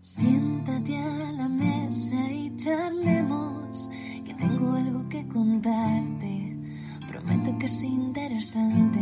Siéntate a la mesa y charlemos, que tengo algo que contarte. Prometo que es interesante.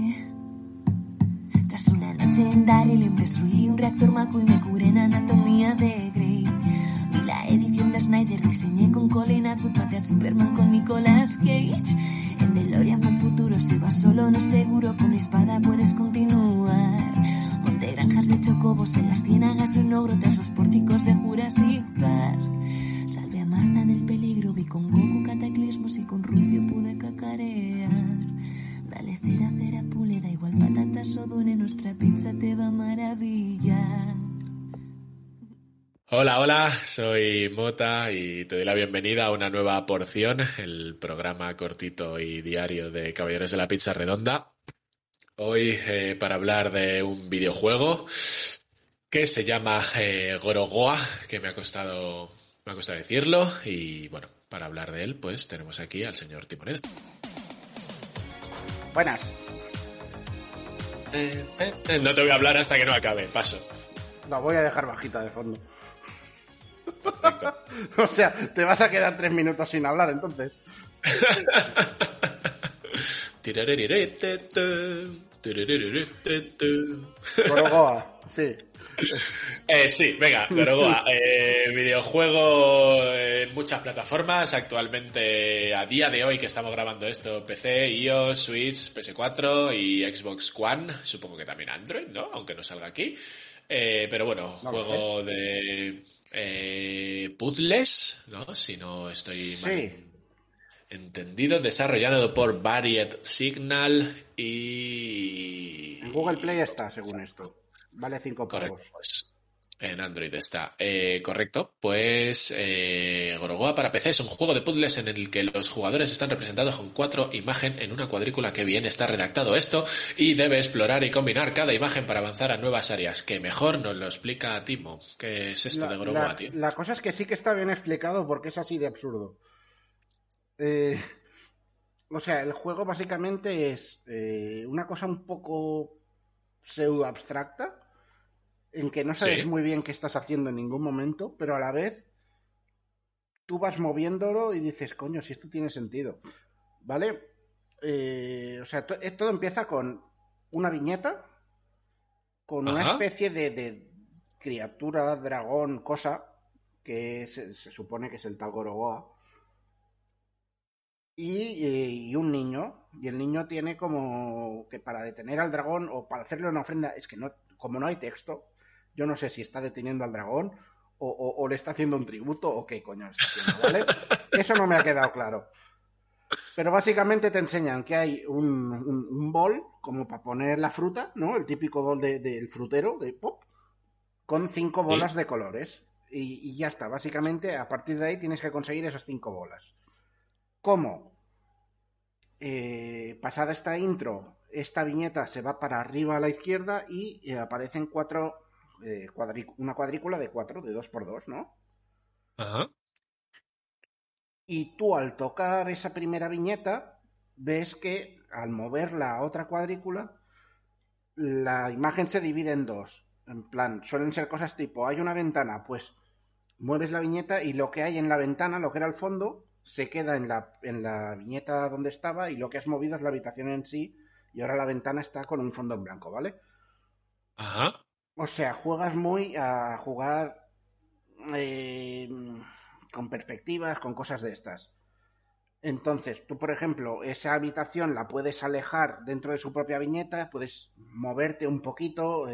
Tras una noche en Daryl destruí un reactor McCoy y me curé en anatomía de Grey. Vi la edición de Snyder, diseñé con Colin Atwood, maté a Superman con Nicolas Cage. En DeLorean fue el futuro, si vas solo no seguro, con mi espada puedes continuar. Monté granjas de chocobos en las ciénagas de un ogro tras los pórticos de Jurassic Park. Salvé a Marta del peligro, vi con Goku cataclismos y con Rufio pude cacarear. Dale cera, cera, pule, da igual patatas o dune, nuestra pizza te va a maravillar. Hola, hola, soy Mota y te doy la bienvenida a una nueva porción, el programa cortito y diario de Caballeros de la Pizza Redonda. Hoy para hablar de un videojuego que se llama Gorogoa, que me ha costado decirlo, y bueno, para hablar de él pues tenemos aquí al señor Timoneda. Buenas. No te voy a hablar hasta que no acabe, paso. La voy a dejar bajita de fondo. Perfecto. O sea, te vas a quedar 3 minutos sin hablar, entonces. Gorogoa, sí. Sí, venga, Gorogoa. Videojuego en muchas plataformas. Actualmente, a día de hoy que estamos grabando esto, PC, iOS, Switch, PS4 y Xbox One. Supongo que también Android, ¿no? Aunque no salga aquí. Pero bueno, No juego de puzzles, ¿no? Si no estoy mal entendido. Desarrollado por Varied Signal y... En Google Play está, según esto. Vale 5 Correcto, pavos. pues en Android está. Correcto, pues Gorogoa para PC es un juego de puzzles en el que los jugadores están representados con 4 imágenes en una cuadrícula. Que bien está redactado esto, y debe explorar y combinar cada imagen para avanzar a nuevas áreas. Que mejor nos lo explica Timo. ¿Qué es esto de Gorogoa, tío? La cosa es que sí que está bien explicado porque es así de absurdo. O sea, el juego básicamente es una cosa un poco pseudo abstracta, en que no sabes Sí. muy bien qué estás haciendo en ningún momento, pero a la vez tú vas moviéndolo y dices, coño, si esto tiene sentido, ¿vale? O sea, todo empieza con una viñeta, con una Ajá. especie de criatura, dragón, cosa, que se supone que es el tal Gorogoa, y un niño, y el niño tiene como que para detener al dragón o para hacerle una ofrenda, es que no, como no hay texto, yo no sé si está deteniendo al dragón o le está haciendo un tributo o qué coño está haciendo, ¿vale? Eso no me ha quedado claro. Pero básicamente te enseñan que hay un bol como para poner la fruta, ¿no? El típico bol del frutero, de pop, con 5 bolas Sí. de colores. Y ya está, básicamente a partir de ahí tienes que conseguir esas 5 bolas. ¿Cómo? Pasada esta intro, esta viñeta se va para arriba a la izquierda y aparecen una cuadrícula de 4, de 2x2, ¿no? Ajá. Y tú al tocar esa primera viñeta, ves que al mover la otra cuadrícula, la imagen se divide en dos. En plan, suelen ser cosas tipo, hay una ventana, pues mueves la viñeta y lo que hay en la ventana, lo que era el fondo, se queda en la viñeta donde estaba, y lo que has movido es la habitación en sí, y ahora la ventana está con un fondo en blanco, ¿vale? Ajá. O sea, juegas muy a jugar eh, con perspectivas, con cosas de estas. Entonces, tú, por ejemplo, esa habitación la puedes alejar dentro de su propia viñeta, puedes moverte un poquito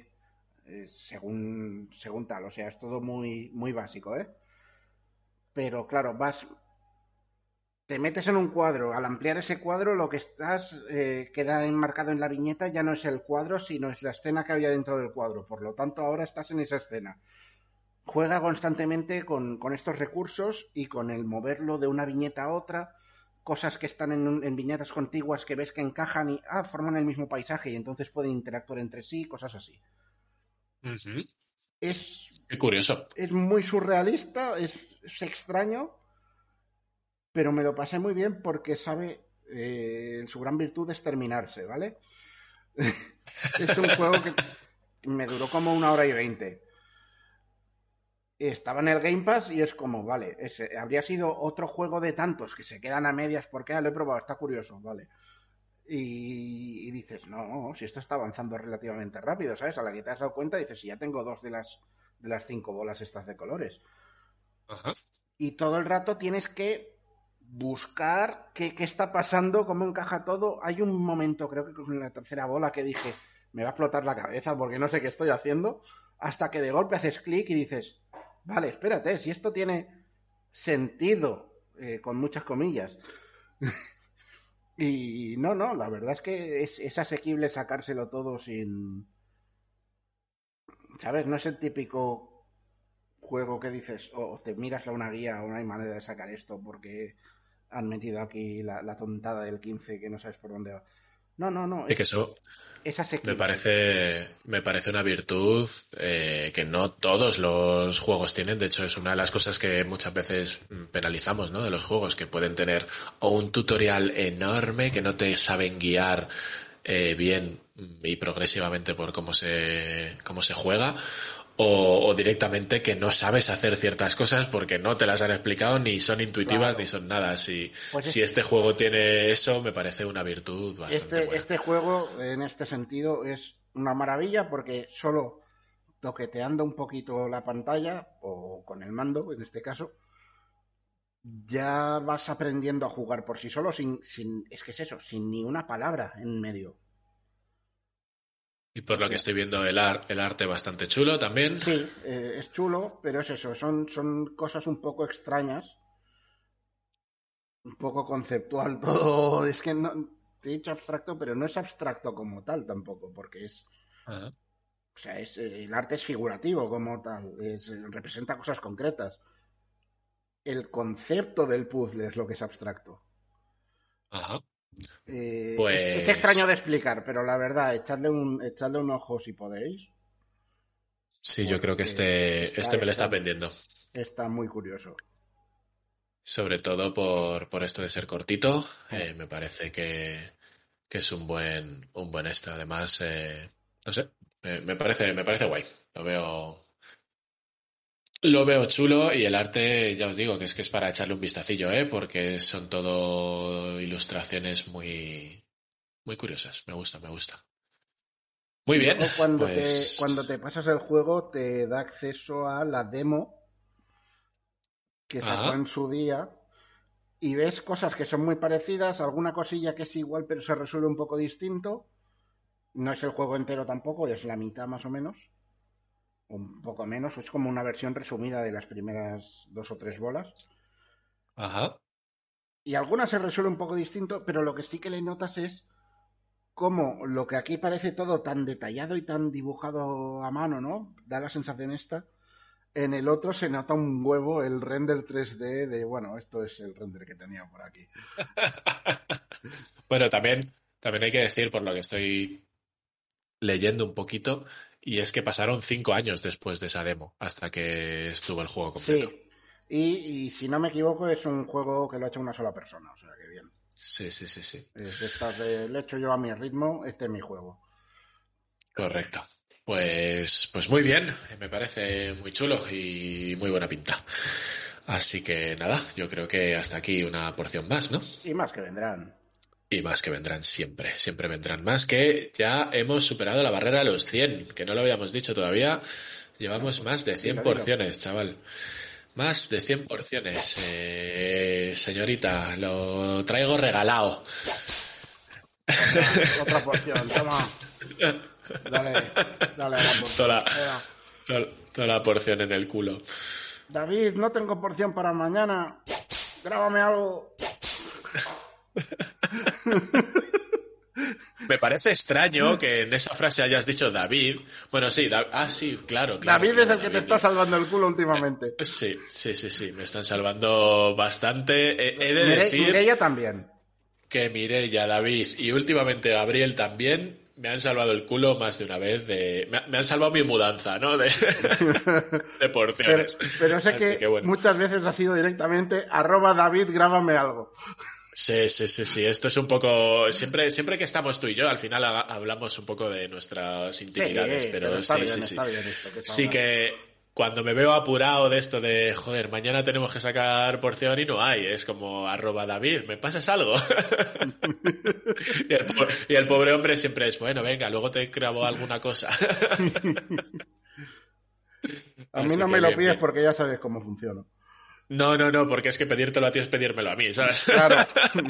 según tal. O sea, es todo muy, muy básico, ¿eh? Pero claro, te metes en un cuadro. Al ampliar ese cuadro, lo que queda enmarcado en la viñeta ya no es el cuadro, sino es la escena que había dentro del cuadro. Por lo tanto, ahora estás en esa escena. Juega constantemente con estos recursos y con el moverlo de una viñeta a otra, cosas que están en viñetas contiguas que ves que encajan y forman el mismo paisaje y entonces pueden interactuar entre sí, cosas así. Ujú. Es, Qué curioso. es muy surrealista, es extraño, pero me lo pasé muy bien porque su gran virtud es terminarse, ¿vale? Es un juego que me duró como 1 hora y 20. estaba en el Game Pass y es como, vale, habría sido otro juego de tantos que se quedan a medias porque lo he probado, está curioso, vale. Y dices, no, si esto está avanzando relativamente rápido, ¿sabes? A la que te has dado cuenta dices, si ya tengo 2 de las 5 bolas estas de colores. Ajá. Y todo el rato tienes que buscar qué está pasando, cómo encaja todo. Hay un momento, creo que con la tercera bola, que dije, me va a explotar la cabeza porque no sé qué estoy haciendo, hasta que de golpe haces clic y dices, vale, espérate, si esto tiene sentido, con muchas comillas. Y no, la verdad es que es asequible sacárselo todo sin... ¿Sabes? No es el típico juego que dices, o te miras a una guía o no hay manera de sacar esto porque han metido aquí la tontada del 15 que no sabes por dónde va. No, Y que eso es me asequible. parece una virtud que no todos los juegos tienen. De hecho, es una de las cosas que muchas veces penalizamos, ¿no? De los juegos, que pueden tener o un tutorial enorme que no te saben guiar bien y progresivamente por cómo se juega, o directamente que no sabes hacer ciertas cosas porque no te las han explicado, ni son intuitivas, ni Claro. son nada. Pues Si este juego tiene eso, me parece una virtud bastante buena. este juego, en este sentido, es una maravilla porque solo toqueteando un poquito la pantalla, o con el mando, en este caso, ya vas aprendiendo a jugar por sí solo es que es eso, sin ni una palabra en medio. Y O por lo que sea, estoy viendo, el arte bastante chulo también. sí, es chulo, pero es eso, son cosas un poco extrañas, un poco conceptual todo. Es que no, te he dicho abstracto, pero no es abstracto como tal tampoco, porque es, Ajá. o sea, el arte es figurativo como tal, representa cosas concretas. El concepto del puzzle es lo que es abstracto. Ajá. Es extraño Pues de explicar, pero la verdad, echadle un ojo si podéis, sí, yo creo que porque este me lo está vendiendo. está muy curioso. Sobre todo por esto de ser cortito, Eh, me parece que es un buen este. Además, no sé, me parece guay. Lo veo chulo, y el arte, ya os digo, que es para echarle un vistacillo, porque son todo ilustraciones muy curiosas. Me gusta, me gusta. Muy bien, Luego, cuando pues... te pasas el juego, te da acceso a la demo que sacó Ajá, en su día y ves cosas que son muy parecidas, alguna cosilla que es igual pero se resuelve un poco distinto. No es el juego entero tampoco, es la mitad más o menos, un poco menos, es como una versión resumida de las primeras 2 o 3 bolas. ajá. Y algunas se resuelve un poco distinto, pero lo que sí que le notas es cómo lo que aquí parece todo tan detallado y tan dibujado a mano, ¿no? Da la sensación esta. En el otro se nota un huevo el render 3D de, bueno, esto es el render que tenía por aquí. Bueno, también hay que decir, por lo que estoy leyendo un poquito, y es que pasaron 5 años después de esa demo hasta que estuvo el juego completo. Sí, y si no me equivoco es un juego que lo ha hecho una sola persona, o sea que bien. Sí, sí, sí, sí. Es de estas de, lo he hecho yo a mi ritmo, este es mi juego. Correcto. Pues muy bien, me parece muy chulo y muy buena pinta. Así que nada, yo creo que hasta aquí una porción más, ¿no? Y más que vendrán. Y más que vendrán siempre, siempre vendrán más, que ya hemos superado la barrera de los 100, que no lo habíamos dicho todavía. Bueno, Llevamos pues más de 100 dilo. porciones, chaval. Más de 100 porciones. Señorita, lo traigo regalado. Otra porción, toma. Dale a la Toda porción. la, toda la porción en el culo. David, no tengo porción para mañana. Grábame algo. Me parece extraño que en esa frase hayas dicho David. Bueno, sí, sí, claro, David es el que te David. está salvando el culo últimamente. Sí, me están salvando bastante. He de decir Mireia también. que Mireia, David y últimamente Gabriel también me han salvado el culo más de una vez. Me han salvado mi mudanza, ¿no? De porciones. Pero sé Así que que bueno. muchas veces ha sido directamente @David, grábame algo. Sí. Esto es un poco... Siempre que estamos tú y yo, al final hablamos un poco de nuestras intimidades, Sí, pero pero está sí. bien esto. Que Sí salga. que cuando me veo apurado de esto de, joder, mañana tenemos que sacar porción y no hay, es como @David, ¿me pasas algo? y el pobre hombre siempre es, bueno, venga, luego te grabo alguna cosa. A mí no me lo pides porque ya sabes cómo funciona. No, porque es que pedírtelo a ti es pedírmelo a mí, ¿sabes? Claro.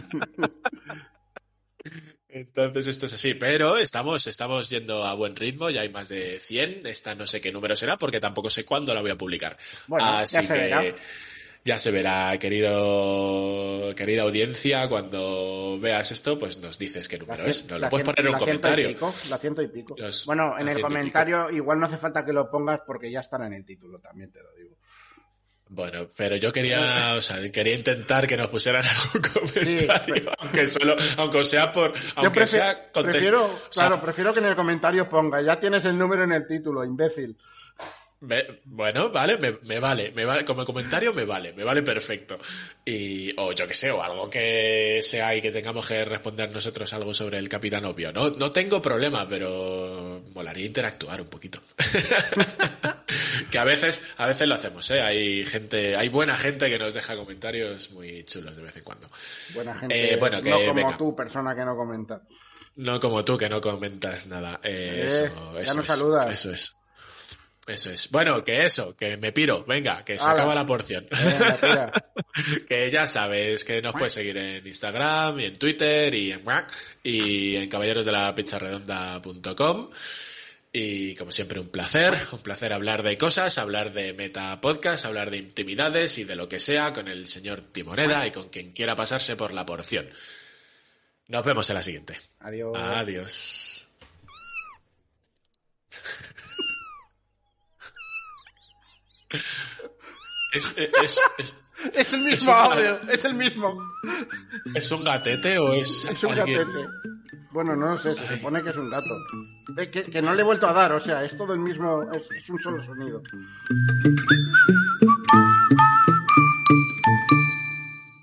Entonces esto es así, pero estamos yendo a buen ritmo, ya hay más de 100, esta no sé qué número será porque tampoco sé cuándo la voy a publicar. Bueno, así ya se verá. Ya se verá, querida audiencia, cuando veas esto, pues nos dices qué número es. Nos lo puedes poner en un comentario. La ciento y pico. Bueno, en el comentario igual no hace falta que lo pongas porque ya estará en el título, también te lo digo. Bueno, pero yo quería intentar que nos pusieran algún comentario, aunque sea prefiero que en el comentario ponga, ya tienes el número en el título, imbécil. Bueno, vale, me vale, como comentario me vale perfecto. O yo que sé, o algo que sea y que tengamos que responder nosotros algo sobre el Capitán Obvio. No tengo problema, pero molaría interactuar un poquito. Que a veces lo hacemos, ¿eh? Hay buena gente que nos deja comentarios muy chulos de vez en cuando. Buena gente, tú, persona que no comenta. No como tú, que no comentas nada. Eso ya nos saludas. Eso es. Bueno, que me piro. Venga, que se acaba la porción. Venga, tira. Que ya sabes que nos puedes seguir en Instagram y en Twitter y en caballerosdelapizarredonda.com. Y como siempre un placer hablar de cosas, hablar de meta podcast, hablar de intimidades y de lo que sea con el señor Timoneda y con quien quiera pasarse por la porción. Nos vemos en la siguiente. Adiós. Es el mismo audio, es el mismo. ¿Es un gatete o es un alguien? gatete. Bueno, no lo sé, se supone que es un gato. Que no le he vuelto a dar, o sea, es todo el mismo, es un solo sonido.